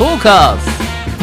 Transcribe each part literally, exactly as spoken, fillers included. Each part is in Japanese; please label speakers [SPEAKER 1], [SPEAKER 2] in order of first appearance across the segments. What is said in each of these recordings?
[SPEAKER 1] トーカーズ。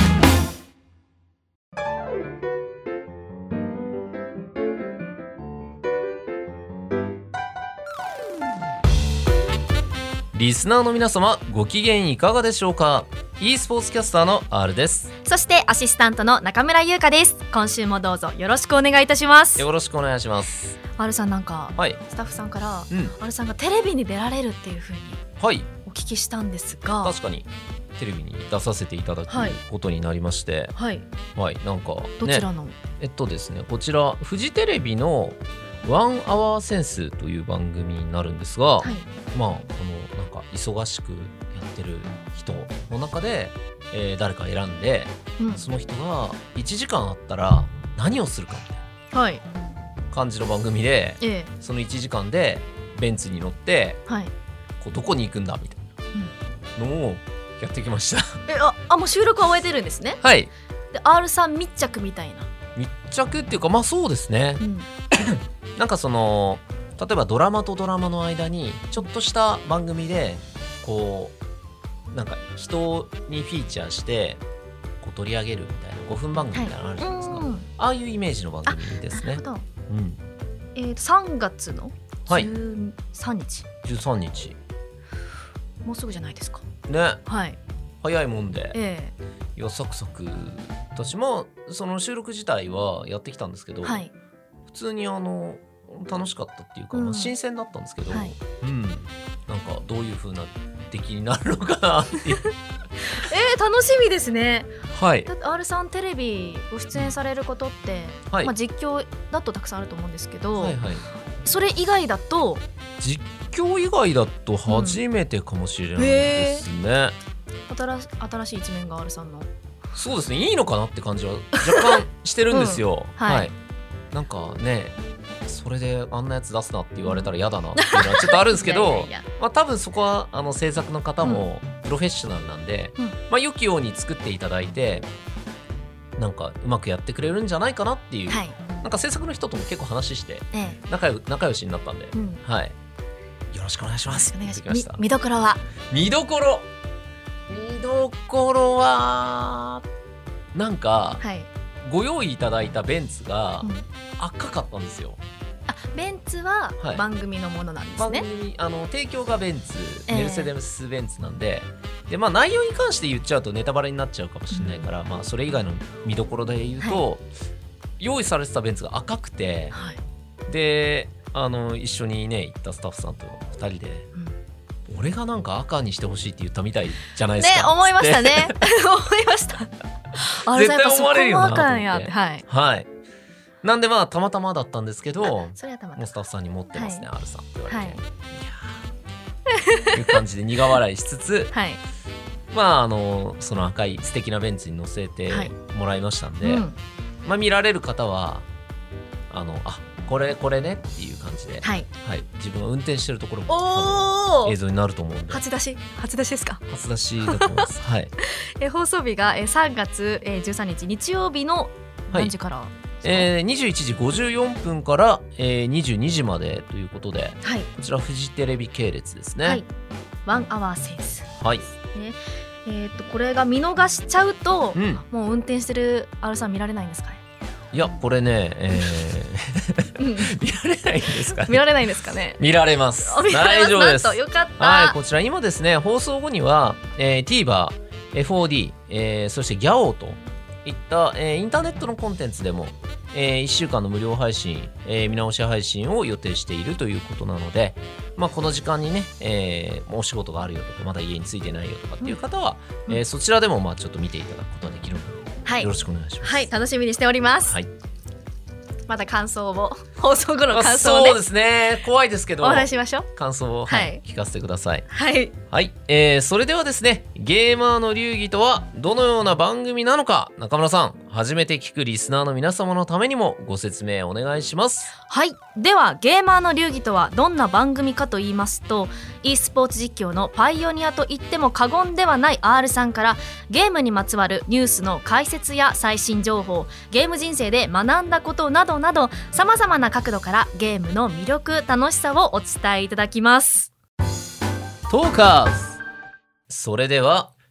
[SPEAKER 1] リスナーの皆様、ご機嫌いかがでしょうか。 e スポーツキャスターの R です。
[SPEAKER 2] そしてアシスタントの中村優香です。今週もどうぞよろしくお願いいたします。
[SPEAKER 1] よろしくお願いします。
[SPEAKER 2] R さん、なんか、はい、スタッフさんから、うん、R さんがテレビに出られるっていう風にお聞きしたんですが、
[SPEAKER 1] はい、確かにテレビに出させていただくことになりまして、はい、はい、なんか、ね、
[SPEAKER 2] どちらの
[SPEAKER 1] えっとですねこちらフジテレビのワンアワーセンスという番組になるんですが、はい、まあこのなんか忙しくやってる人の中で、えー、誰か選んで、うん、その人がいちじかんあったら何をするかみたいな感じの番組で、はい、そのいちじかんでベンツに乗って、はい、こうどこに行くんだみたいなのをやってきました。
[SPEAKER 2] え あ, あもう収録は終えてるんですね。
[SPEAKER 1] はい。
[SPEAKER 2] で R さん密着みたいな。
[SPEAKER 1] 密着っていうかまあそうですね、うん、なんかその例えばドラマとドラマの間にちょっとした番組でこうなんか人にフィーチャーしてこう取り上げるみたいなごふん番組みたいなのあるじゃないですか、はい、ああいうイメージの番組ですね。
[SPEAKER 2] なるほど、うんえー、とさんがつのじゅうさんにち、はい、
[SPEAKER 1] じゅうさんにち
[SPEAKER 2] もうすぐじゃないですか
[SPEAKER 1] ね、
[SPEAKER 2] はい、
[SPEAKER 1] 早いもんで、
[SPEAKER 2] え
[SPEAKER 1] ー、いやサクサク私もその収録自体はやってきたんですけど、はい、普通にあの楽しかったっていうか、うんまあ、新鮮だったんですけど、はいうん、なんかどういう風な出来になるのかなっていう
[SPEAKER 2] えー、楽しみですね。
[SPEAKER 1] はい、
[SPEAKER 2] だって R さんテレビご出演されることって、はいまあ、実況だとたくさんあると思うんですけど、はいはい、それ以外だと
[SPEAKER 1] 実況以外だと初めてかもしれないですね、
[SPEAKER 2] うん、新, 新しい一面が R さんの
[SPEAKER 1] そうですねいいのかなって感じは若干してるんですよ、うんはいはい、なんかねそれであんなやつ出すなって言われたら嫌だなっていうのはちょっとあるんですけどいやいやいや、まあ、多分そこはあの制作の方もプロフェッショナルなんで、うんまあ、良きように作っていただいてなんかうまくやってくれるんじゃないかなっていう、はい、なんか制作の人とも結構話して仲良、ええ、仲良しになったんで、うんはい、よろしくお願いします。
[SPEAKER 2] お願いします。見どころは
[SPEAKER 1] 見どころ見どころはなんか、はい、ご用意いただいたベンツが赤かったんですよ、
[SPEAKER 2] うん、あベンツは番組のものなんですね、
[SPEAKER 1] はい、番組あの提供がベンツ、えー、メルセデスベンツなんで、で、まあ、内容に関して言っちゃうとネタバレになっちゃうかもしれないから、うんまあ、それ以外の見どころで言うと、はい、用意されてたベンツが赤くて、はい、であの一緒にね行ったスタッフさんとふたりで、うん、俺がなんか赤にしてほしいって言ったみたいじゃないですか
[SPEAKER 2] ね。思いましたね思いましたあれ絶対思われるよなと思って、はい、
[SPEAKER 1] はい、なんでまあたまたまだったんですけどそれはたまたまもうスタッフさんに持ってますね、はい、R さんって言われて、はい、いやいう感じで苦笑いしつつ、はい、まああのその赤い素敵なベンツに乗せてもらいましたんで、はいうんまあ、見られる方はあのあこれこれねっていう感じで、はいはい、自分が運転してるところも映像になると思うんで
[SPEAKER 2] 初出し初出しですか。
[SPEAKER 1] 初出しだと思います、はい、
[SPEAKER 2] え放送日がさんがつじゅうさんにち日曜日の何時から、はい
[SPEAKER 1] えー、にじゅういちじごじゅうよんぷんから、えー、にじゅうにじまでということで、はい、こちらフジテレビ系列ですね、はい、
[SPEAKER 2] ワンアワーセンス、
[SPEAKER 1] はい
[SPEAKER 2] ねえー、とこれが見逃しちゃうと、うん、もう運転してる R さん見られないんですかね。
[SPEAKER 1] いやこれね、えーうん、見られないんですかね。
[SPEAKER 2] 見られないんですかね。
[SPEAKER 1] 見られます。大丈夫です。
[SPEAKER 2] よかった、
[SPEAKER 1] はい、こちら今ですね放送後には、えー、TVer、エフオーディー、えー、そして ギャオー といった、えー、インターネットのコンテンツでも、えー、いっしゅうかんの無料配信、えー、見直し配信を予定しているということなので、まあ、この時間にね、えー、お仕事があるよとかまだ家に着いてないよとかっていう方は、うんえー、そちらでもまあちょっと見ていただくことができるので、はい、よろしくお願いします。
[SPEAKER 2] はい、楽しみにしております。はい、また感想を放送後の感想をね、
[SPEAKER 1] そうですね怖いですけど
[SPEAKER 2] お話ししましょう。
[SPEAKER 1] 感想を、はいはい、聞かせてください。
[SPEAKER 2] はい、
[SPEAKER 1] はいえー、それではですねゲーマーの流儀とはどのような番組なのか中村さん初めて聞くリスナーの皆様のためにもご説明お願いします。
[SPEAKER 2] はい、ではゲーマーの流儀とはどんな番組かと言いますと e スポーツ実況のパイオニアと言っても過言ではない R さんからゲームにまつわるニュースの解説や最新情報ゲーム人生で学んだことなどなどさまざまな角度からゲームの魅力楽しさをお伝えいただきます。
[SPEAKER 1] トーカーズそれでは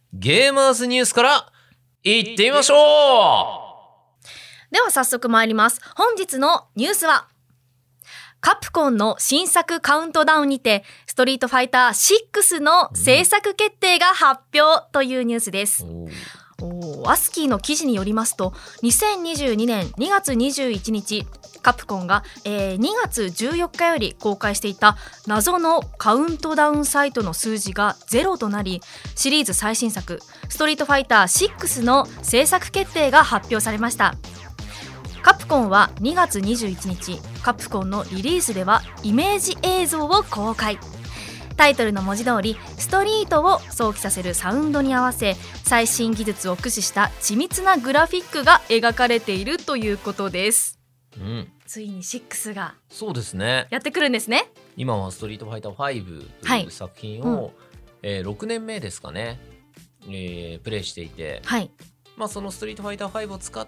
[SPEAKER 1] ゲーマーズニュースからいってみましょう。
[SPEAKER 2] では早速参ります。本日のニュースはカプコンの新作カウントダウンにてストリートファイターシックスの制作決定が発表というニュースです。おアスキーの記事によりますとにせんにじゅうにねんにがつにじゅういちにちカプコンが、えー、にがつじゅうよっかより公開していた謎のカウントダウンサイトの数字がゼロとなり、シリーズ最新作ストリートファイターシックスの制作決定が発表されました。カプコンはにがつにじゅういちにちカプコンのリリースではイメージ映像を公開。タイトルの文字通りストリートを想起させるサウンドに合わせ最新技術を駆使した緻密なグラフィックが描かれているということです。うん、ついにシックスが
[SPEAKER 1] そうですね
[SPEAKER 2] やってくるんですね。
[SPEAKER 1] 今はストリートファイターファイブという作品を、はいうんえー、ろくねんめですかね、えー、プレイしていて、はいまあ、そのストリートファイターファイブを使って、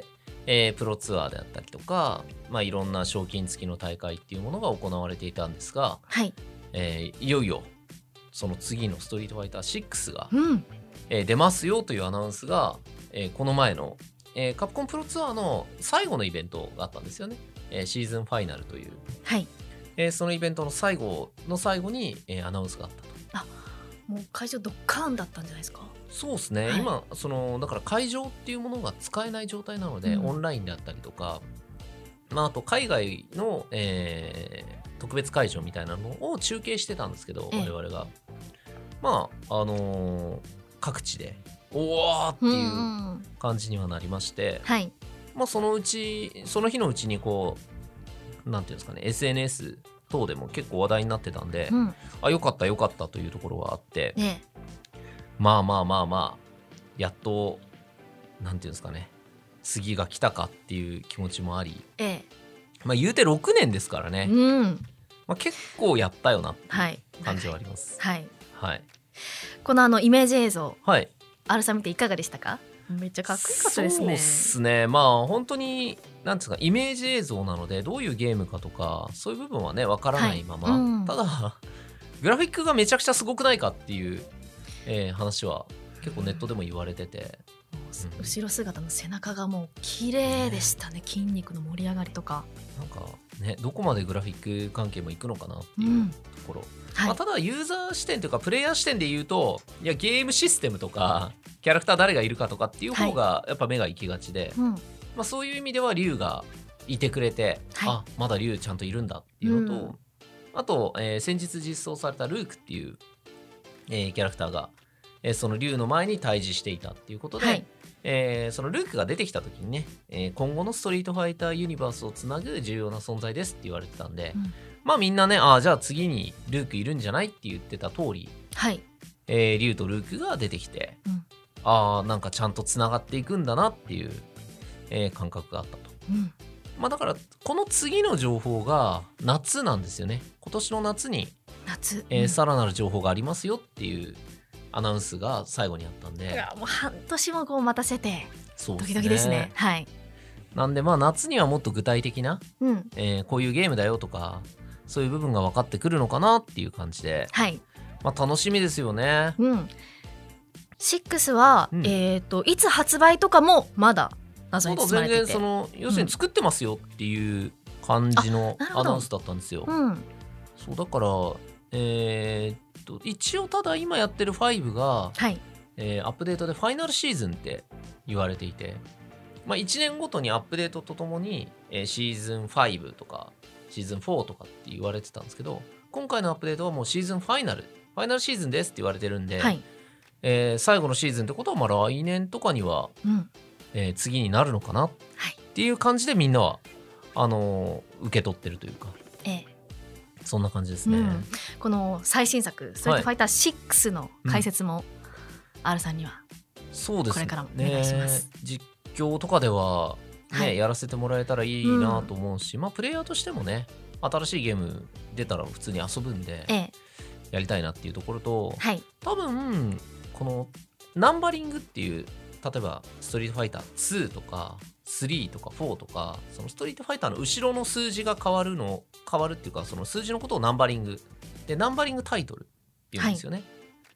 [SPEAKER 1] えー、プロツアーであったりとか、まあ、いろんな賞金付きの大会っていうものが行われていたんですが、はいえー、いよいよその次のストリートファイターシックスが、うんえー、出ますよというアナウンスが、えー、この前のえー、カプコンプロツアーの最後のイベントがあったんですよね、えー、シーズンファイナルという、はいえー、そのイベントの最後の最後に、えー、アナウンスがあったと。あ
[SPEAKER 2] もう会場ドッカーンだったんじゃないですか。
[SPEAKER 1] そうですね、はい、今そのだから会場っていうものが使えない状態なので、うん、オンラインであったりとか、まあ、あと海外の、えー、特別会場みたいなのを中継してたんですけど、ええ、我々がまああのー、各地でおーっていう感じにはなりまして、うんはいまあ、そのうちその日のうちにこうなんていうんですかね エスエヌエス 等でも結構話題になってたんで、うん、あよかったよかったというところはあって、ね、まあまあまあまあやっとなんていうんですかね次が来たかっていう気持ちもあり、ええまあ、言うてろくねんですからね、うんまあ、結構やったよなっていう感じはあります、はいはいはい、
[SPEAKER 2] このあのイメージ映像、
[SPEAKER 1] はい
[SPEAKER 2] アルさん見ていかがでしたか。めっちゃかっこよかったですね。
[SPEAKER 1] そうですねまあ本当になんですかイメージ映像なのでどういうゲームかとかそういう部分はねわからないまま、はいうん、ただグラフィックがめちゃくちゃすごくないかっていう、えー、話は結構ネットでも言われてて、
[SPEAKER 2] うん、後ろ姿の背中がもう綺麗でしたね、ね筋肉の盛り上がりとか
[SPEAKER 1] なんかねどこまでグラフィック関係もいくのかなっていうところ、うんはいまあ、ただユーザー視点というかプレイヤー視点で言うといやゲームシステムとかキャラクター誰がいるかとかっていう方がやっぱ目が行きがちで、はいうんまあ、そういう意味ではリュウがいてくれて、はい、あまだリュウちゃんといるんだっていうのと、うん、あと、えー、先日実装されたルークっていう、えー、キャラクターが、えー、そのリュウの前に対峙していたっていうことで、はいえー、そのルークが出てきた時にね、えー、今後のストリートファイターユニバースをつなぐ重要な存在ですって言われてたんで、うんまあみんなねあじゃあ次にルークいるんじゃないって言ってた通り、はいえー、リュウとルークが出てきて、うん、あなんかちゃんとつながっていくんだなっていう、えー、感覚があったと、うんまあ、だからこの次の情報が夏なんですよね。今年の夏に夏、えーうん、さらなる情報がありますよっていうアナウンスが最後にあったんで、
[SPEAKER 2] いやもう半年もこう待たせてドキドキですね。はい
[SPEAKER 1] なんでまあ夏にはもっと具体的な、うんえー、こういうゲームだよとかそういう部分が分かってくるのかなっていう感じで、はいまあ、楽しみですよね。うん、ろ
[SPEAKER 2] くは、うんえー、といつ発売とかもまだ謎に包まれてて、
[SPEAKER 1] 全然その要するに作ってますよっていう感じのアナウンスだったんですよ。うん、そうだから、えー、と一応ただ今やってるファイブが、はいえー、アップデートでファイナルシーズンって言われていて、まあ、いちねんごとにアップデートとともに、えー、シーズンファイブとかシーズンフォーとかって言われてたんですけど、今回のアップデートはもうシーズンファイナルファイナルシーズンですって言われてるんで、はいえー、最後のシーズンってことはまあ来年とかには、うんえー、次になるのかなっていう感じでみんなはあのー、受け取ってるというか、ええ、そんな感じですね、うん、
[SPEAKER 2] この最新作ストリートファイターシックスの解説も、はい、R さんにはこれからもお願いします。
[SPEAKER 1] 実況とかではね、はい、やらせてもらえたらいいなと思うし、うんまあ、プレイヤーとしてもね新しいゲーム出たら普通に遊ぶんで、ええ、やりたいなっていうところと、はい、多分このナンバリングっていう例えばストリートファイターツーとかスリーとかフォーとかそのストリートファイターの後ろの数字が変わるの変わるっていうかその数字のことをナンバリングでナンバリングタイトルっていうんですよね、はい、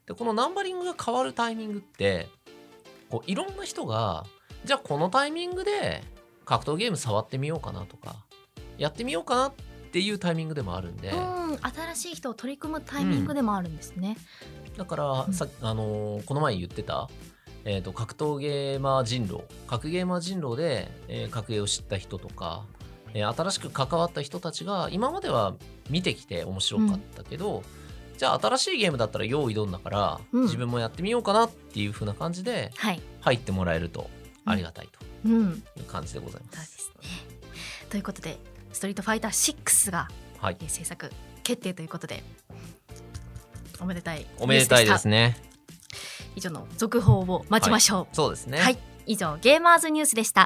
[SPEAKER 1] でこのナンバリングが変わるタイミングってこういろんな人がじゃあこのタイミングで格闘ゲーム触ってみようかなとかやってみようかなっていうタイミングでもあるんで、
[SPEAKER 2] うん新しい人を取り組むタイミングでもあるんですね、
[SPEAKER 1] うん、だから、うん、さあのー、この前言ってた、えーと、格闘ゲーマー人狼格ゲーマー人狼で、えー、格ゲーを知った人とか、えー、新しく関わった人たちが今までは見てきて面白かったけど、うん、じゃあ新しいゲームだったら用意どんだから、うん、自分もやってみようかなっていう風な感じで入ってもらえるとありがたいという感じでございます、うんうん、そうですね。
[SPEAKER 2] ということでストリートファイターシックスが、はい、制作決定ということでおめでたい
[SPEAKER 1] おめでたいですね。
[SPEAKER 2] 以上の続報を待ちましょう、はい、
[SPEAKER 1] そうですね、
[SPEAKER 2] はい、以上ゲーマーズニュースでした。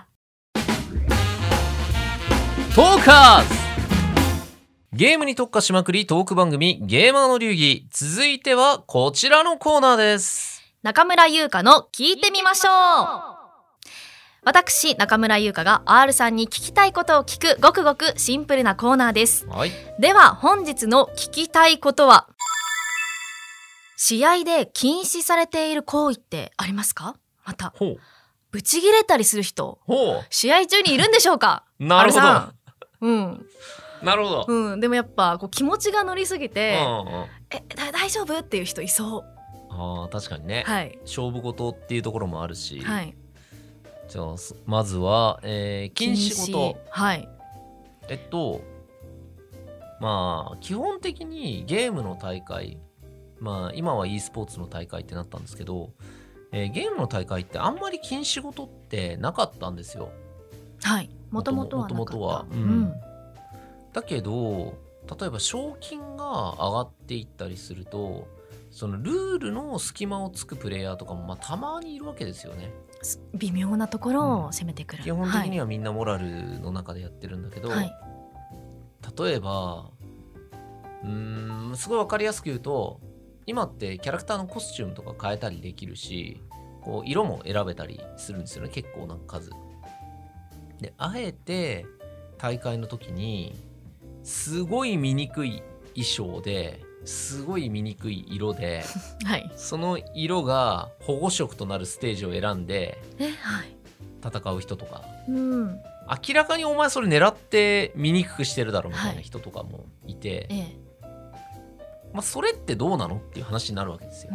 [SPEAKER 1] トーカーズゲームに特化しまくりトーク番組ゲーマーの流儀、続いてはこちらのコーナーです。
[SPEAKER 2] 中村優香の聞いてみましょう。私中村優香が R さんに聞きたいことを聞くごくごくシンプルなコーナーです、はい、では本日の聞きたいことは、試合で禁止されている行為ってありますか？またブチギレたりする人試合中にいるんでしょうか？
[SPEAKER 1] なるほど、
[SPEAKER 2] R さん、うん、
[SPEAKER 1] なるほど、
[SPEAKER 2] うん、でもやっぱこう気持ちが乗りすぎて、
[SPEAKER 1] うんうん、
[SPEAKER 2] え大丈夫っていう人いそう。
[SPEAKER 1] あ確かにね、
[SPEAKER 2] はい、
[SPEAKER 1] 勝負事っていうところもあるし、
[SPEAKER 2] はい、
[SPEAKER 1] じゃあまずは、えー、禁止事、
[SPEAKER 2] はい、
[SPEAKER 1] えっとまあ基本的にゲームの大会、まあ今は e スポーツの大会ってなったんですけど、えー、ゲームの大会ってあんまり禁止事ってなかったんですよ。
[SPEAKER 2] はい、もともとはなかった。
[SPEAKER 1] もともとは、うんうん、だけど例えば賞金が上がっていったりするとそのルールの隙間をつくプレイヤーとかもまあたまにいるわけですよね。
[SPEAKER 2] 微妙なところを攻めてくる、
[SPEAKER 1] うん、基本的にはみんなモラルの中でやってるんだけど、はい、例えばうーんすごい分かりやすく言うと今ってキャラクターのコスチュームとか変えたりできるしこう色も選べたりするんですよね、結構な数で。あえて大会の時にすごい醜い衣装ですごい醜い色で、はい、その色が保護色となるステージを選んで戦う人とか、
[SPEAKER 2] うん、
[SPEAKER 1] 明らかにお前それ狙って醜くしてるだろみたいな人とかもいて、はい、まあ、それってどうなのっていう話になるわけですよ、うん、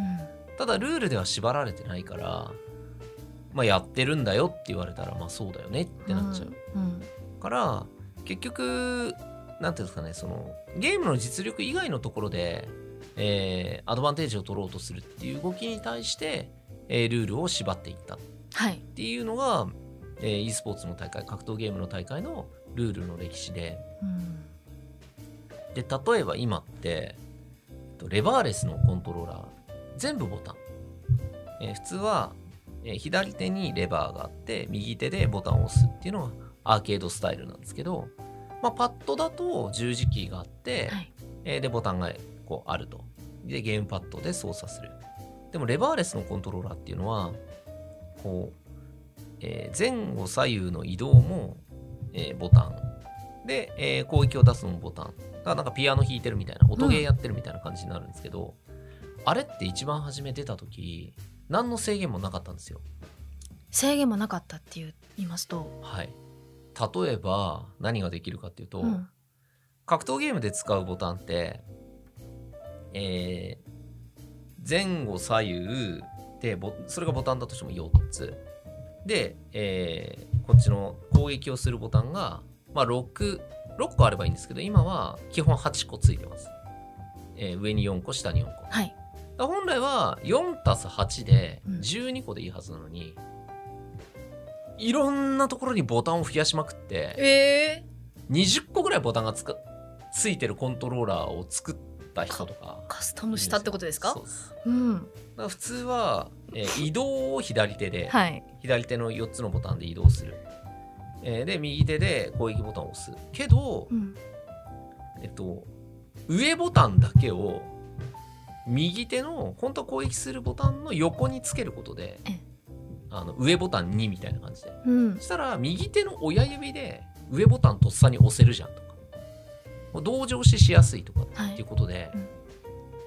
[SPEAKER 1] ただルールでは縛られてないから、まあ、やってるんだよって言われたらまあそうだよねってなっちゃう、うんうん、から結局なんていうんですかね、そのゲームの実力以外のところで、えー、アドバンテージを取ろうとするっていう動きに対して、えー、ルールを縛っていったっていうのが、はい、えー、e スポーツの大会、格闘ゲームの大会のルールの歴史で、うん、で例えば今ってレバーレスのコントローラー全部ボタン、えー、普通は、えー、左手にレバーがあって右手でボタンを押すっていうのがアーケードスタイルなんですけど、まあ、パッドだと十字キーがあって、はい、えー、でボタンがこうあると。でゲームパッドで操作する。でもレバーレスのコントローラーっていうのはこう、えー、前後左右の移動も、えー、ボタンで、えー、攻撃を出すのもボタンだからなんかピアノ弾いてるみたいな音ゲーやってるみたいな感じになるんですけど、うん、あれって一番初め出た時何の制限もなかったんですよ。
[SPEAKER 2] 制限もなかったって言いますと、
[SPEAKER 1] はい、例えば何ができるかっていうと、うん、格闘ゲームで使うボタンって、えー、前後左右でボそれがボタンだとしてもよっつで、えー、こっちの攻撃をするボタンが、まあ、ろく、ろっこあればいいんですけど今は基本はちこついてます、えー、上によんこ下によんこ、
[SPEAKER 2] はい、
[SPEAKER 1] だ本来は よんたすはち でじゅうにこでいいはずなのに、うん、いろんなところにボタンを増やしまくって、
[SPEAKER 2] え
[SPEAKER 1] ー、にじゅっこぐらいボタンがつ, かついてるコントローラーを作った人とか
[SPEAKER 2] カ, カスタムしたってことですか？
[SPEAKER 1] そうです、
[SPEAKER 2] うん、だ
[SPEAKER 1] から普通は、えー、移動を左手で、
[SPEAKER 2] はい、
[SPEAKER 1] 左手のよっつのボタンで移動する、えー、で右手で攻撃ボタンを押すけど、うん、えっと上ボタンだけを右手の本当は攻撃するボタンの横につけることであの上ボタンにみたいな感じで、うん、そしたら右手の親指で上ボタンとっさに押せるじゃんとか同乗ししやすいとかっていうことで、はい、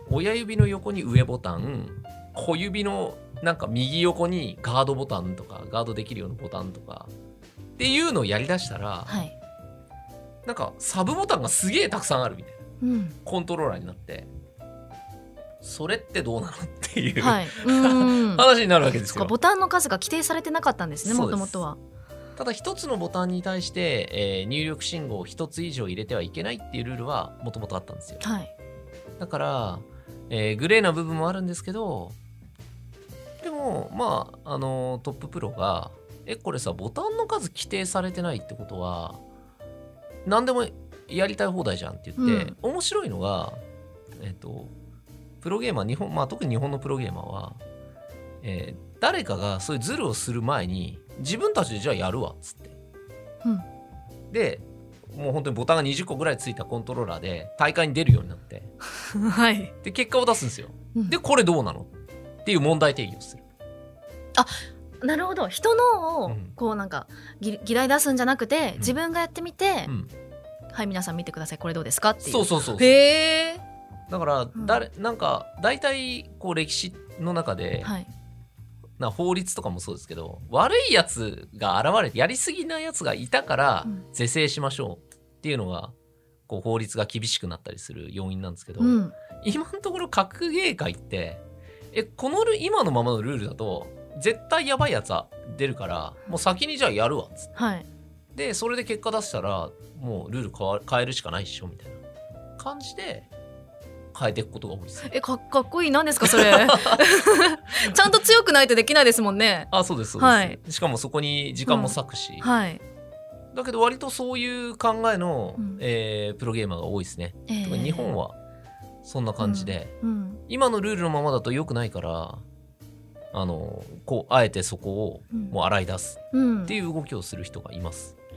[SPEAKER 1] 親指の横に上ボタン、小指のなんか右横にガードボタンとかガードできるようなボタンとかっていうのをやりだしたら、
[SPEAKER 2] はい、
[SPEAKER 1] なんかサブボタンがすげえたくさんあるみたいな、うん、コントローラーになって、それってどうなのっていう、はい、うん話になるわけですよ。
[SPEAKER 2] ボタンの数が規定されてなかったんですね、もともとは。
[SPEAKER 1] ただ一つのボタンに対して、えー、入力信号を一つ以上入れてはいけないっていうルールはもともとあったんですよ、はい、だから、えー、グレーな部分もあるんですけど、でもまあ、あのー、トッププロがえこれさボタンの数規定されてないってことは何でもやりたい放題じゃんって言って、うん、面白いのが、えーと、プロゲーマー日本、まあ、特に日本のプロゲーマーは、えー、誰かがそういうズルをする前に自分たちでじゃあやるわっつって、うん、でもう本当にボタンがにじゅっこぐらいついたコントローラーで大会に出るようになってはい、で結果を出すんですよ、うん、でこれどうなのっていう問題定義をする。
[SPEAKER 2] あ、なるほど。人のをこうなんか議題出すんじゃなくて、うん、自分がやってみて、うん、はい皆さん見てくださいこれどうですかっていう。
[SPEAKER 1] そうそうそうそう。
[SPEAKER 2] へー。
[SPEAKER 1] だから誰、うん、なんか大体こう歴史の中で、はい、な法律とかもそうですけど、悪いやつが現れてやりすぎなやつがいたから是正しましょうっていうのがこう法律が厳しくなったりする要因なんですけど、うん、今のところ格ゲー界ってえこの今のままのルールだと絶対やばいやつは出るからもう先にじゃあやるわっつって、はい、でそれで結果出したらもうルール変わ変えるしかないっしょみたいな感じで変えていくことが多いです。
[SPEAKER 2] え か, かっこいい。何ですかそれちゃんと強くないとできないですもんね。
[SPEAKER 1] あ、そうですそうです、はい、しかもそこに時間も割くし、うんはい、だけど割とそういう考えの、うんえー、プロゲーマーが多いですね、えー、特に日本はそんな感じで、うんうん、今のルールのままだと良くないからあのこうあえてそこをもう洗い出すっていう動きをする人がいます、うん、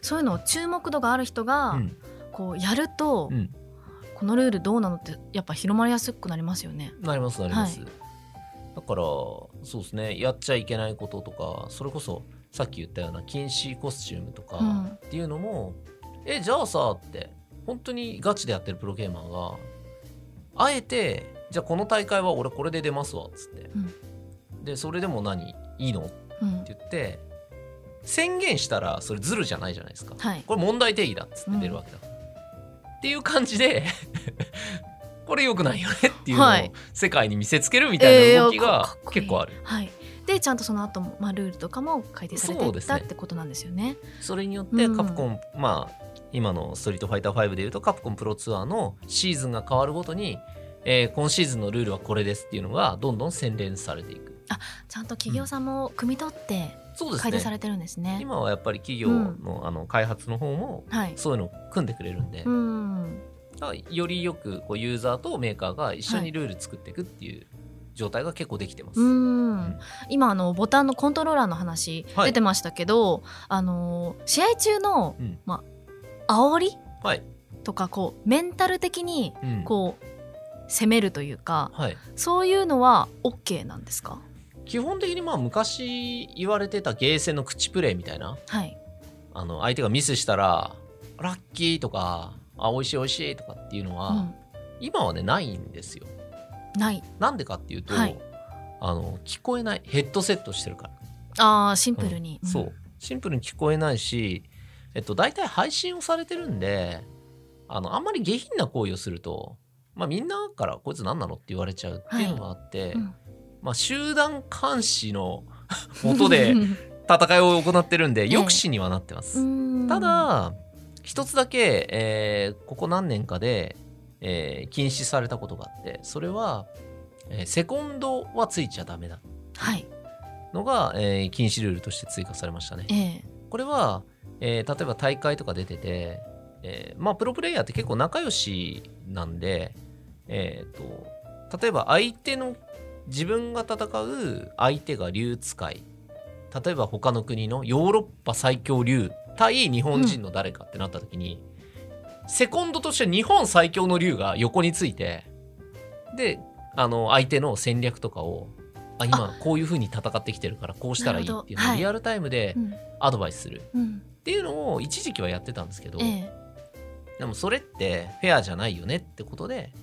[SPEAKER 2] そういうのを注目度がある人が、うん、こうやると、うん、このルールどうなのってやっぱ広まりやすくなりますよね。
[SPEAKER 1] なりますなります、はい、だからそうですね、やっちゃいけないこととかそれこそさっき言ったような禁止コスチュームとかっていうのも、うん、えじゃあさって本当にガチでやってるプロゲーマーがあえてじゃあこの大会は俺これで出ますわっつって、うん、でそれでも何いいの、うん、って言って宣言したらそれズルじゃないじゃないですか、はい、これ問題定義だっつって出るわけだから、うん、っていう感じでこれ良くないよねっていうのを世界に見せつけるみたいな動きが結構ある、
[SPEAKER 2] えー、はい、でちゃんとその後も、まあ、ルールとかも改定されていったってことなんですよね。
[SPEAKER 1] それによってカプコン、うん、まあ今のストリートファイターファイブでいうとカプコンプロツアーのシーズンが変わるごとに、えー、今シーズンのルールはこれですっていうのがどんどん洗練されていく。
[SPEAKER 2] あ、ちゃんと企業さんも汲み取って改定されてるんですね。うん、
[SPEAKER 1] 今はやっぱり企業 の,、うん、あの開発の方もそういうのを組んでくれるんで、はい、うんよりよくこうユーザーとメーカーが一緒にルール作っていくっていう状態が結構できてます。うん
[SPEAKER 2] うん、今あのボタンのコントローラーの話出てましたけど、はい、あの試合中の、うんまあ、煽り、はい、とかこうメンタル的にこう、うん、攻めるというか、はい、そういうのは OK なんですか？
[SPEAKER 1] 基本的にまあ昔言われてたゲーセンの口プレイみたいな、はい、あの相手がミスしたらラッキーとかあ美味しい美味しいとかっていうのは、うん、今はねないんですよ。
[SPEAKER 2] ない。
[SPEAKER 1] なんでかっていうと、はい、あの聞こえない、ヘッドセットしてるから。
[SPEAKER 2] ああシンプルに、
[SPEAKER 1] うん、そうシンプルに聞こえないし、えっと大体配信をされてるんで、あのあんまり下品な行為をすると、まあみんなからこいつ何なのって言われちゃうっていうのがあって、はいうん、まあ集団監視の下で戦いを行ってるんで抑止にはなってます。えー、ただ一つだけ、えー、ここ何年かで、えー、禁止されたことがあって、それは、えー、セコンドはついちゃダメだのが、はいえー、禁止ルールとして追加されましたね。えー、これは、えー、例えば大会とか出てて、えーまあ、プロプレイヤーって結構仲良しなんで、えーと、例えば相手の自分が戦う相手が竜使い、例えば他の国のヨーロッパ最強竜対日本人の誰かってなった時に、うん、セコンドとして日本最強の竜が横について、であの相手の戦略とかをあ今こういう風に戦ってきてるからこうしたらいいっていうのをリアルタイムでアドバイスするっていうのを一時期はやってたんですけど、ええ、でもそれってフェアじゃないよねってことで、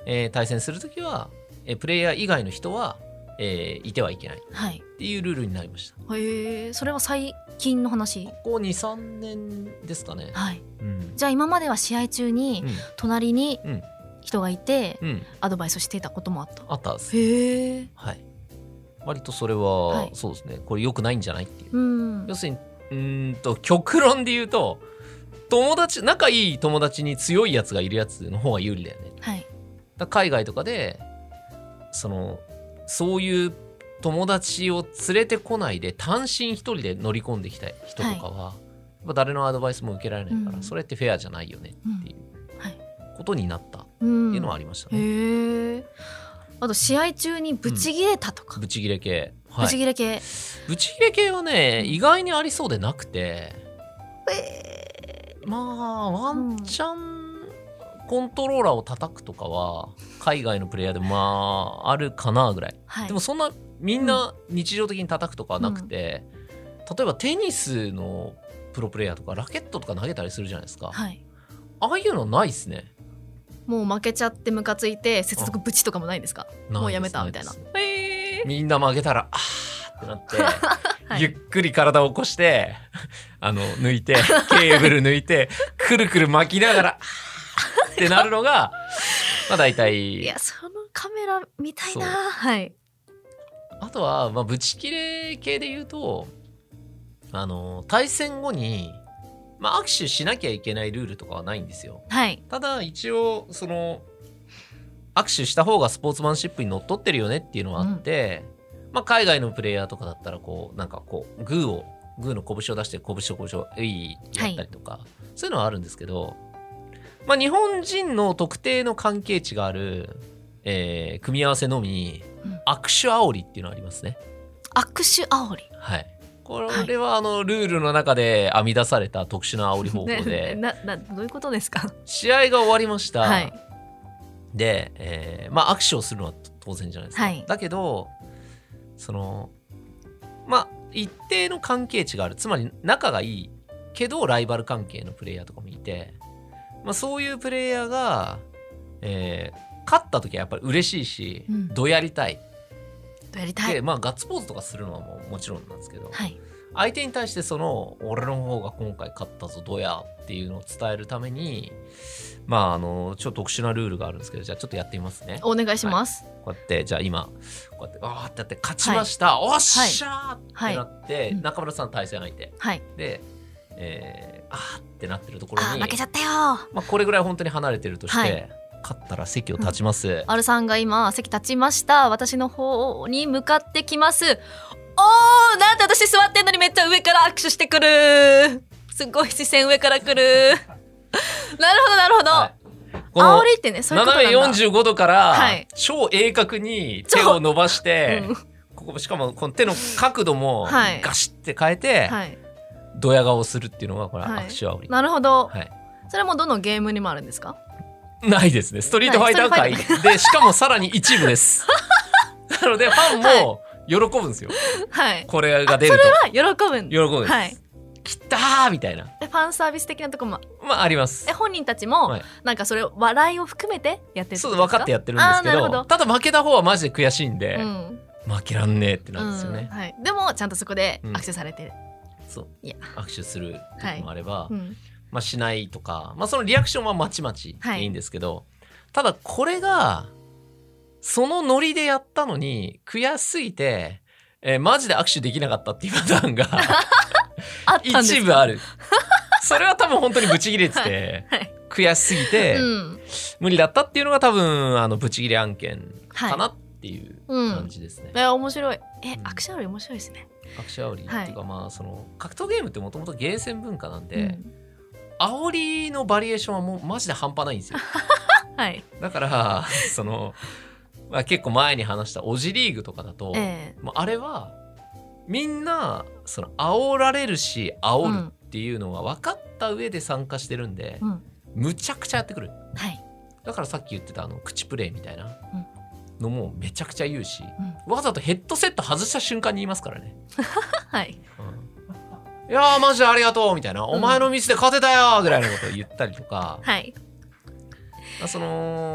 [SPEAKER 1] えー、対戦するときは、えー、プレイヤー以外の人は、えー、いてはいけないっていうルールになりました。
[SPEAKER 2] はい、へえ、それは最近の話？
[SPEAKER 1] ここ にさんねんですかね。
[SPEAKER 2] はい、
[SPEAKER 1] うん、
[SPEAKER 2] じゃあ今までは試合中に隣に人がいてアドバイスしていたこともあった？
[SPEAKER 1] あったです。
[SPEAKER 2] へえ、
[SPEAKER 1] はい、割とそれは、はい、そうですね、これ良くないんじゃないっていう、うん、要するにうーんと極論で言うと、友達仲いい友達に強いやつがいるやつの方が有利だよね、
[SPEAKER 2] はい、
[SPEAKER 1] だ海外とかでそのそういう友達を連れてこないで単身一人で乗り込んできた人とかは、はい、誰のアドバイスも受けられないから、うん、それってフェアじゃないよねっていうことになったっていうのはありましたね、うん、
[SPEAKER 2] へー。あと試合中にブチギレたとか、
[SPEAKER 1] うん、ブチギレ系、
[SPEAKER 2] はい、ブチギレ系
[SPEAKER 1] ブチギレ系はね意外にありそうでなくて、
[SPEAKER 2] え
[SPEAKER 1] ー、まあワンチャンコントローラーを叩くとかは海外のプレイヤーでまああるかなぐらい、はい、でもそんなみんな日常的に叩くとかはなくて、うん、例えばテニスのプロプレイヤーとかラケットとか投げたりするじゃないですか、はい、ああいうのないっすね。
[SPEAKER 2] もう負けちゃってムカついて接続ブチとかもないんですか？もうやめたみたいな。
[SPEAKER 1] えー、みんな負けたらあーってなって、はい、ゆっくり体を起こしてあの抜いてケーブル抜いてくるくる巻きながらってなるのがまあ大体。
[SPEAKER 2] いやそのカメラ見たいな。はい。
[SPEAKER 1] あとはまあブチキレ系で言うとあの対戦後にまあ、握手しなきゃいけないルールとかはないんですよ、
[SPEAKER 2] はい、
[SPEAKER 1] ただ一応その握手した方がスポーツマンシップにのっとってるよねっていうのはあって、うん、まあ、海外のプレイヤーとかだったらこうなんかこうグーをグーの拳を出して拳を拳をえいやったりとか、はい、そういうのはあるんですけど、まあ、日本人の特定の関係値がある、えー、組み合わせのみ、うん、握手煽りっていうのがありますね。
[SPEAKER 2] 握手煽り、
[SPEAKER 1] はい、これはあのルールの中で編み出された特殊な煽り方法で、
[SPEAKER 2] ね、ななどういうことですか？
[SPEAKER 1] 試合が終わりました、
[SPEAKER 2] はい、
[SPEAKER 1] で、えーまあ、握手をするのは当然じゃないですか、はい、だけどそのまあ一定の関係値がある、つまり仲がいいけどライバル関係のプレイヤーとかもいて、まあ、そういうプレイヤーが、えー、勝った時はやっぱり嬉しいし、うん、どやりたい
[SPEAKER 2] やりたい
[SPEAKER 1] で、まあ、ガッツポーズとかするのはもうもちろんなんですけど、
[SPEAKER 2] はい、
[SPEAKER 1] 相手に対してその俺の方が今回勝ったぞどやっていうのを伝えるために、まああのちょっと特殊なルールがあるんですけど、じゃあちょっとやってみますね。
[SPEAKER 2] お願いします、
[SPEAKER 1] はい、こうやってじゃあ今こうやってあーってやって勝ちました、はい、おっしゃーってなって、はい、中村さん対戦相手、はい、で、えー、あーってなってるところに
[SPEAKER 2] あ負けちゃったよ、
[SPEAKER 1] まあ、これぐらい本当に離れてるとして、はい、勝ったら席を立ちます、うん、
[SPEAKER 2] R さんが今席立ちました。私の方に向かってきます。おー、なんで私座ってんのにめっちゃ上から握手してくる。すごい視線上からくる。なるほどなるほど、はい、煽りってねそういうことなんだ。
[SPEAKER 1] 斜めよんじゅうごどから超鋭角に手を伸ばして、うん、ここしかもこの手の角度もガシッて変えて、はい、ドヤ顔するっていうのがこれ握手煽り、はい、
[SPEAKER 2] なるほど、はい、それはもうどのゲームにもあるんですか？
[SPEAKER 1] ないですね。ストリートファイター界で、しかもさらに一部ですなのでファンも喜ぶんですよ、はい、これが出ると。
[SPEAKER 2] それは喜ぶん
[SPEAKER 1] 喜ぶんです、はい、きたーみたいな。
[SPEAKER 2] ファンサービス的なとこも、
[SPEAKER 1] まあ、あります。
[SPEAKER 2] え本人たちも、はい、なんかそれを笑いを含めてやってるんですか？
[SPEAKER 1] そう分かってやってるんですけ ど, どただ負けた方はマジで悔しいんで、うん、負けらんねえってなんですよね、
[SPEAKER 2] うんはい、でもちゃんとそこで握手されてる、
[SPEAKER 1] うん、そういや握手する時もあれば、はいうんまあ、しないとか、まあ、そのリアクションはまちまちでいいんですけど、はい、ただこれがそのノリでやったのに悔しすぎて、えー、マジで握手できなかったっていうパターンが一部あるそれは多分本当にブチギレてて、はいはい、悔しすぎて、うん、無理だったっていうのが多分あのブチギレ案件かなっていう感じですね、
[SPEAKER 2] はいうん、え面白いえ、うん、握手煽り面白いですね。
[SPEAKER 1] 握手煽りっていうか、はい、まあその格闘ゲームってもともとゲーセン文化なんで、うん煽りのバリエーションはもうマジで半端ないんですよ、
[SPEAKER 2] はい、
[SPEAKER 1] だからその、まあ、結構前に話したオジリーグとかだと、えー、もうあれはみんなその煽られるし煽るっていうのが分かった上で参加してるんで、うん、むちゃくちゃやってくる、はい、だからさっき言ってたあの口プレイみたいなのもめちゃくちゃ言うし、うん、わざとヘッドセット外した瞬間に言いますからね
[SPEAKER 2] はい、
[SPEAKER 1] うんいやーマジでありがとうみたいな、うん、お前のミスで勝てたよぐらいのことを言ったりとか、
[SPEAKER 2] はい、
[SPEAKER 1] その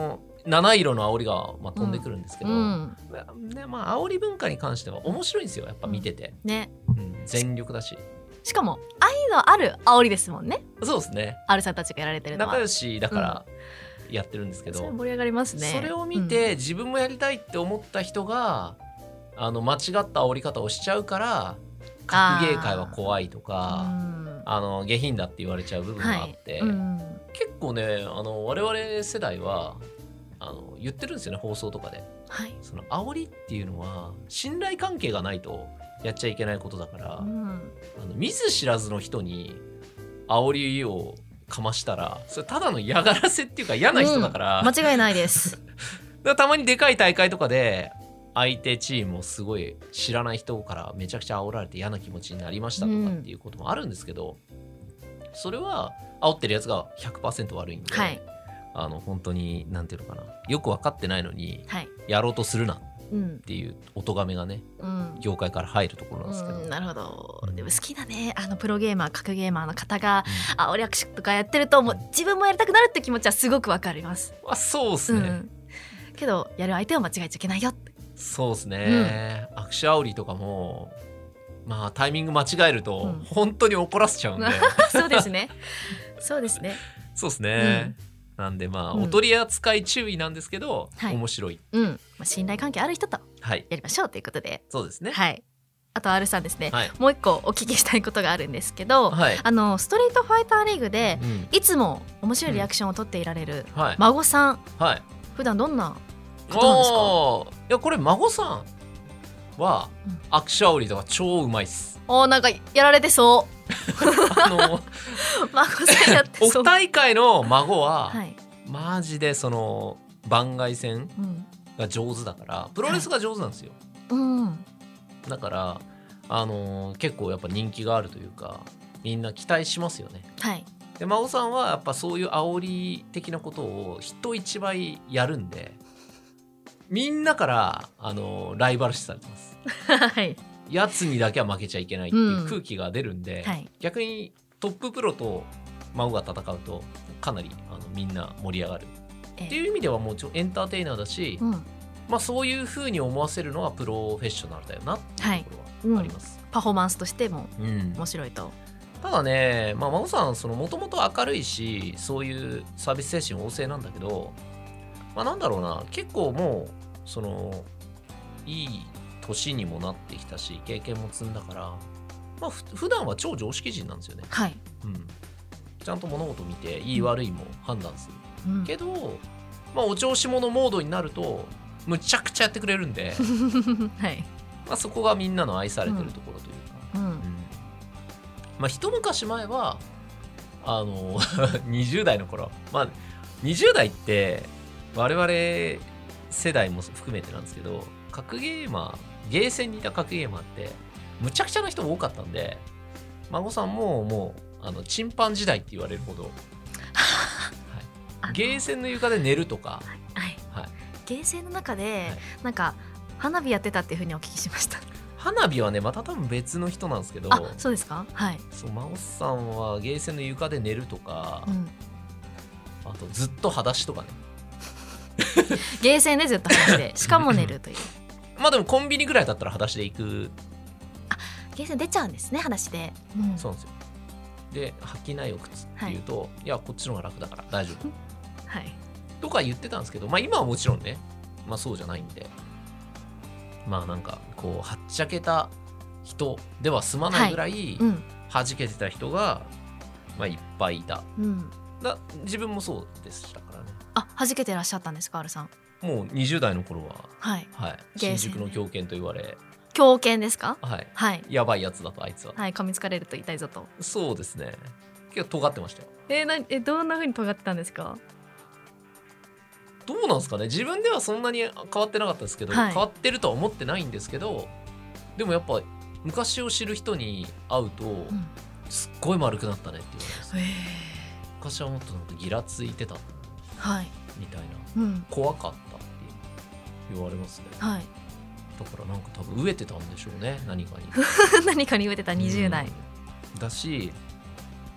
[SPEAKER 1] 七色の煽りが、まあ、飛んでくるんですけど、
[SPEAKER 2] うん
[SPEAKER 1] ね、まあ煽り文化に関しては面白いんですよ、やっぱ見てて、
[SPEAKER 2] うん、ね、
[SPEAKER 1] うん、全力だし、
[SPEAKER 2] しかも愛のある煽りですもんね。
[SPEAKER 1] そうですね、
[SPEAKER 2] アルさんたちがやられてるのは
[SPEAKER 1] 仲良しだからやってるんですけど、
[SPEAKER 2] それ盛り上がりますね。
[SPEAKER 1] それを見て、うん、自分もやりたいって思った人があの間違った煽り方をしちゃうから格ゲー界は怖いとか、あの下品だって言われちゃう部分があって、はい、うん、結構ねあの我々世代はあの言ってるんですよね、放送とかで、はい、その煽りっていうのは信頼関係がないとやっちゃいけないことだから、うん、あの見ず知らずの人に煽りをかましたらそれただの嫌がらせっていうか嫌な人だから、
[SPEAKER 2] うん、間違いないです
[SPEAKER 1] だからたまにでかい大会とかで相手チームをすごい知らない人からめちゃくちゃ煽られて嫌な気持ちになりましたとかっていうこともあるんですけど、うん、それは煽ってるやつが ひゃくパーセント 悪いんで、はい、あの本当になんていうのかな、よく分かってないのにやろうとするなっていうお咎めがね、うん、業界から入るところなんですけど、うん、
[SPEAKER 2] なるほど。でも好きなねあのプロゲーマー格ゲーマーの方が、うん、煽り握手とかやってるともう自分もやりたくなるって気持ちはすごく分かります。
[SPEAKER 1] あ、そうですね、うん、
[SPEAKER 2] けどやる相手を間違えちゃいけないよって。
[SPEAKER 1] そうですね、うん、握手煽りとかもまあタイミング間違えると本当に怒らせちゃうんで、うん、
[SPEAKER 2] そうですねそうですね
[SPEAKER 1] そうですね、うん、なんでまあ、うん、お取り扱い注意なんですけど、はい、面白い、
[SPEAKER 2] うん、まあ、信頼関係ある人とやりましょうということで、
[SPEAKER 1] はい、そうですね、
[SPEAKER 2] はい。あと R さんですね、
[SPEAKER 1] はい、
[SPEAKER 2] もう一個お聞きしたいことがあるんですけど、はい、あのストリートファイターリーグで、うん、いつも面白いリアクションを取っていられる孫さん、はい、普段どんな方なんですか？
[SPEAKER 1] いやこれ孫さんは握手煽りとか超うまいっす。
[SPEAKER 2] おー、なんかやられてそうあの孫さんやってそう。
[SPEAKER 1] オフ大会の孫は、はい、マジでその番外戦が上手だから、うん、プロレスが上手なんですよ、はい、うん、だからあのー、結構やっぱ人気があるというかみんな期待しますよね、はい、で孫さんはやっぱそういう煽り的なことを人一倍やるんでみんなからあのライバル視されてます、はい、やつにだけは負けちゃいけないっていう空気が出るんで、うん、はい、逆にトッププロと孫が戦うとかなりあのみんな盛り上がるっていう意味ではもうちょエンターテイナーだし、うん、まあ、そういう風に思わせるのはプロフェッショナルだよなっていうところはあります、はい、うん、
[SPEAKER 2] パフォーマンスとしても面白いと、うん、
[SPEAKER 1] ただね、まあ、孫さんもともと明るいしそういうサービス精神旺盛なんだけど、まあ、なんだろうな、結構もうそのいい年にもなってきたし経験も積んだから、まあ、ふ普段は超常識人なんですよね、はい、うん、ちゃんと物事見ていい悪いも判断する、うん、けど、まあ、お調子者モードになるとむちゃくちゃやってくれるんで、はい、まあ、そこがみんなの愛されてるところというか、うんうん、まあ、一昔前はあのにじゅう代の頃、まあ、にじゅう代って我々世代も含めてなんですけど、格ゲーマーゲーセンにいた格ゲーマーってむちゃくちゃな人も多かったんで、孫さんももうあのチンパン時代って言われるほど、はい、ゲーセンの床で寝るとか、はい
[SPEAKER 2] はい、ゲーセンの中で、はい、なんか花火やってたっていう風にお聞きしました。
[SPEAKER 1] 花火はねまた多分別の人なんですけど、
[SPEAKER 2] あ、そうですか、はい、
[SPEAKER 1] そう、孫さんはゲーセンの床で寝るとか、うん、あとずっと裸足とかね
[SPEAKER 2] ゲーセンでずっと裸足でしかも寝るという
[SPEAKER 1] まあでもコンビニぐらいだったら裸足で行く。
[SPEAKER 2] あ、ゲーセン出ちゃうんですね、裸足で、
[SPEAKER 1] うん、そうなんですよ。で履きなよ靴って言うと、はい、いやこっちの方が楽だから大丈夫はいとか言ってたんですけど、まあ今はもちろんね、まあそうじゃないんで、まあなんかこうはっちゃけた人では済まないぐらい、はい、うん、弾けてた人が、まあ、いっぱいいた、うん、だ自分もそうでしたからね。
[SPEAKER 2] あ、弾けてらっしゃったんですか、Rさん。
[SPEAKER 1] もうにじゅう代の頃は、はいはい、新宿の狂犬と言われ。
[SPEAKER 2] 狂犬ですか？
[SPEAKER 1] はい、はい、やばいやつだとあいつは、
[SPEAKER 2] はい、噛みつかれると痛いぞと。
[SPEAKER 1] そうですね、結構尖ってましたよ。
[SPEAKER 2] えー、なえどんな風に尖ってたんですか？
[SPEAKER 1] どうなんですかね、自分ではそんなに変わってなかったですけど、はい、変わってるとは思ってないんですけど、でもやっぱ昔を知る人に会うと、うん、すっごい丸くなったねって言われます、えー、昔はもっとなんかギラついてた、はい、みたいな、うん、怖かったって言われますね、はい、だからなんか多分飢えてたんでしょうね、何かに何
[SPEAKER 2] かに飢えてたにじゅう代、
[SPEAKER 1] うん、だし、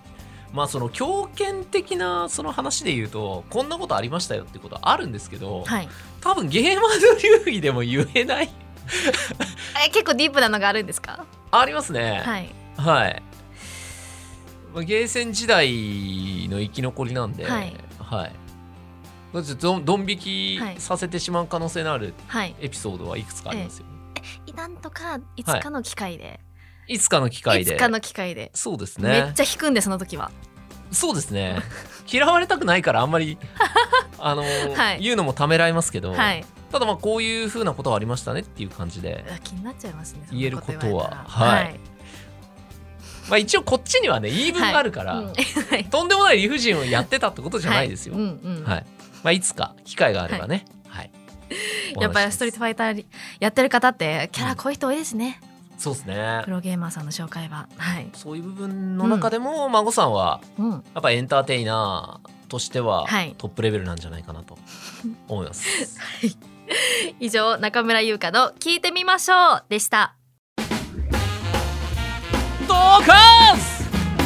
[SPEAKER 1] まあその強権的なその話で言うとこんなことありましたよってことはあるんですけど、
[SPEAKER 2] はい、
[SPEAKER 1] 多分ゲーマーの流儀でも言えない
[SPEAKER 2] え結構ディープなのがあるんですか？
[SPEAKER 1] ありますね。
[SPEAKER 2] はい、
[SPEAKER 1] はい、まあ、ゲーセン時代の生き残りなんで、はいはい、だってどん引きさせてしまう可能性のあるエピソードはいくつかありますよ、
[SPEAKER 2] はい、なんとかいつかの機会で、はい、
[SPEAKER 1] いつかの機会で
[SPEAKER 2] いつかの機会で
[SPEAKER 1] そうですね、
[SPEAKER 2] めっちゃ引くんでその時は。
[SPEAKER 1] そうですね嫌われたくないからあんまりあの、はい、言うのもためらいますけど、はい、ただまあこういう風なことはありましたねっていう感じで
[SPEAKER 2] 気になっちゃいますね。
[SPEAKER 1] 言えることははい、はい、まあ一応こっちにはね言い分があるから、はいうん、とんでもない理不尽をやってたってことじゃないですよ、はいうんうんはいまあ、いつか機会があればね、はい
[SPEAKER 2] はい、やっぱりストリートファイターやってる方ってキャラ濃い人多いですね、うん
[SPEAKER 1] そうですね。
[SPEAKER 2] プロゲーマーさんの紹介は、はい、
[SPEAKER 1] そういう部分の中でも、うん、孫さんはやっぱエンターテイナーとしてはトップレベルなんじゃないかなと思います、はい、
[SPEAKER 2] 以上中村優香の聞いてみましょうでした。
[SPEAKER 1] ドカーン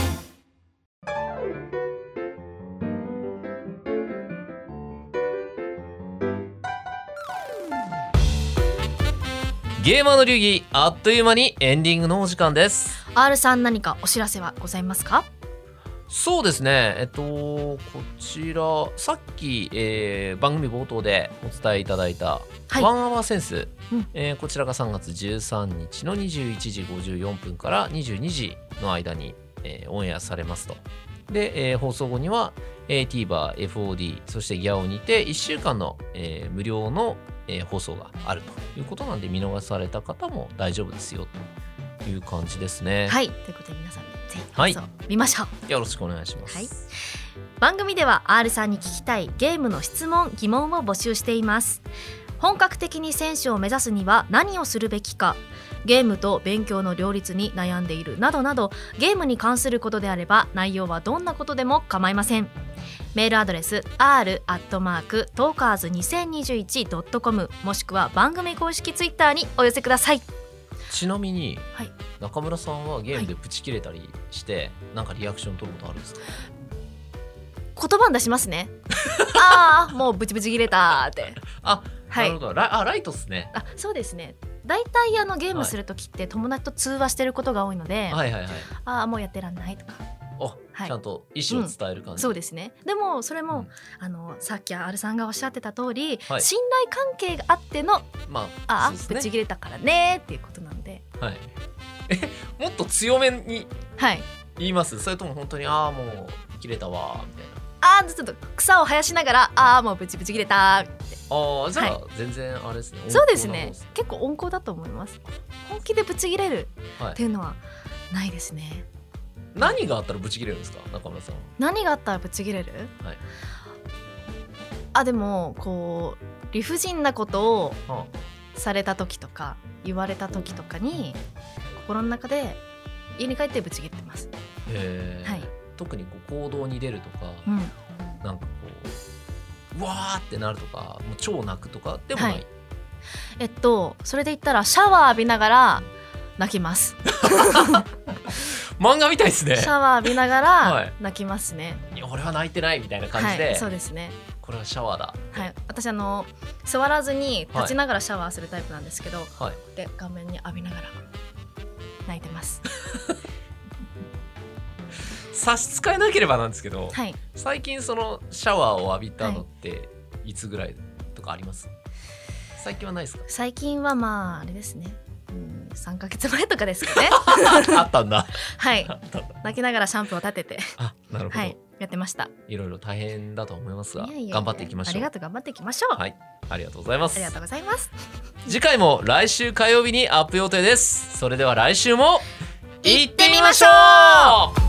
[SPEAKER 1] ゲーマーの流儀あっという間にエンディングのお時間です。
[SPEAKER 2] R さん何かお知らせはございますか？
[SPEAKER 1] そうですねえっとこちらさっき、えー、番組冒頭でお伝えいただいたワンアワーセンス、うんえー、こちらがさんがつじゅうさんにちのにじゅういちじごじゅうよんぷんからにじゅうにじの間に、えー、オンエアされますと。で、えー、放送後には、えー、TVer、エフオーディー そしてギャオにていっしゅうかんの、えー、無料のえー、放送があるということなんで見逃された方も大丈夫ですよという感じですね。
[SPEAKER 2] はいということで皆さんぜひ放送見ましょう、
[SPEAKER 1] はい、よろしくお願いします、はい、
[SPEAKER 2] 番組では R さんに聞きたいゲームの質問疑問を募集しています。本格的に選手を目指すには何をするべきか、ゲームと勉強の両立に悩んでいるなどなどゲームに関することであれば内容はどんなことでも構いません。メールアドレス アール アットマーク トーカーズにせんにじゅういち ドットコム もしくは番組公式ツイッターにお寄せください。
[SPEAKER 1] ちなみに、はい、中村さんはゲームでプチ切れたりして、はい、なんかリアクション取ることあるんですか？
[SPEAKER 2] 言葉に出しますねああもうブチブチ切れたって
[SPEAKER 1] あ、はい、なるほどラあライトっすね。
[SPEAKER 2] あそうですね。だいたいあのゲームするときって友達と通話してることが多いので、
[SPEAKER 1] はいはいはい、
[SPEAKER 2] ああもうやってらんないとか
[SPEAKER 1] はい、ちゃんと意思を伝える感じ、
[SPEAKER 2] うん、そうですね。でもそれも、うん、あのさっき R さんがおっしゃってた通り、はい、信頼関係があっての、まあ、あ、ね、ぶち切れたからねっていうことなんで、
[SPEAKER 1] はい、えもっと強めに言います、はい、それとも本当にああもう切れたわみたいな、
[SPEAKER 2] あーちょっと草を生やしながら、はい、ああもうブチブチ切れたって。
[SPEAKER 1] ああじゃあ、はい、全然あれですね。
[SPEAKER 2] そうですね結構温厚だと思います。本気でブチ切れるっていうのはないですね、はい。
[SPEAKER 1] 何があったらブチ切れるんですか中村さん？
[SPEAKER 2] 何があったらブチ切れる、はい、あでもこう理不尽なことをされた時とか言われた時とかに心の中で家に帰ってブチ切ってます。
[SPEAKER 1] へー、はい、特にこう行動に出るとか、うん、なんかこううわーってなるとかもう超泣くとかでもない、はい、
[SPEAKER 2] えっとそれで言ったらシャワー浴びながら泣きます
[SPEAKER 1] 漫画みたいですね。
[SPEAKER 2] シャワー浴びながら泣きますね、
[SPEAKER 1] はい、いや俺は泣いてないみたいな感じで、
[SPEAKER 2] はい、そうですね。
[SPEAKER 1] これはシャワーだ。
[SPEAKER 2] はい、私あの座らずに立ちながらシャワーするタイプなんですけど、はい、で顔面に浴びながら泣いてます
[SPEAKER 1] 差し支えなければなんですけど、はい、最近そのシャワーを浴びたのっていつぐらいとかあります？最近はないですか？
[SPEAKER 2] 最近はまああれですね、うん、さんかげつまえとかですかね
[SPEAKER 1] あったんだ
[SPEAKER 2] はい泣きながらシャンプーを立てて
[SPEAKER 1] あなるほど、はい、
[SPEAKER 2] やってました。
[SPEAKER 1] いろいろ大変だと思いますが
[SPEAKER 2] いやいやいや
[SPEAKER 1] 頑張っていきましょう。
[SPEAKER 2] ありがとう頑張っていきましょう。
[SPEAKER 1] はいありがとうございます。
[SPEAKER 2] ありがとうございます。
[SPEAKER 1] 次回も来週火曜日にアップ予定です。それでは来週も行ってみましょう。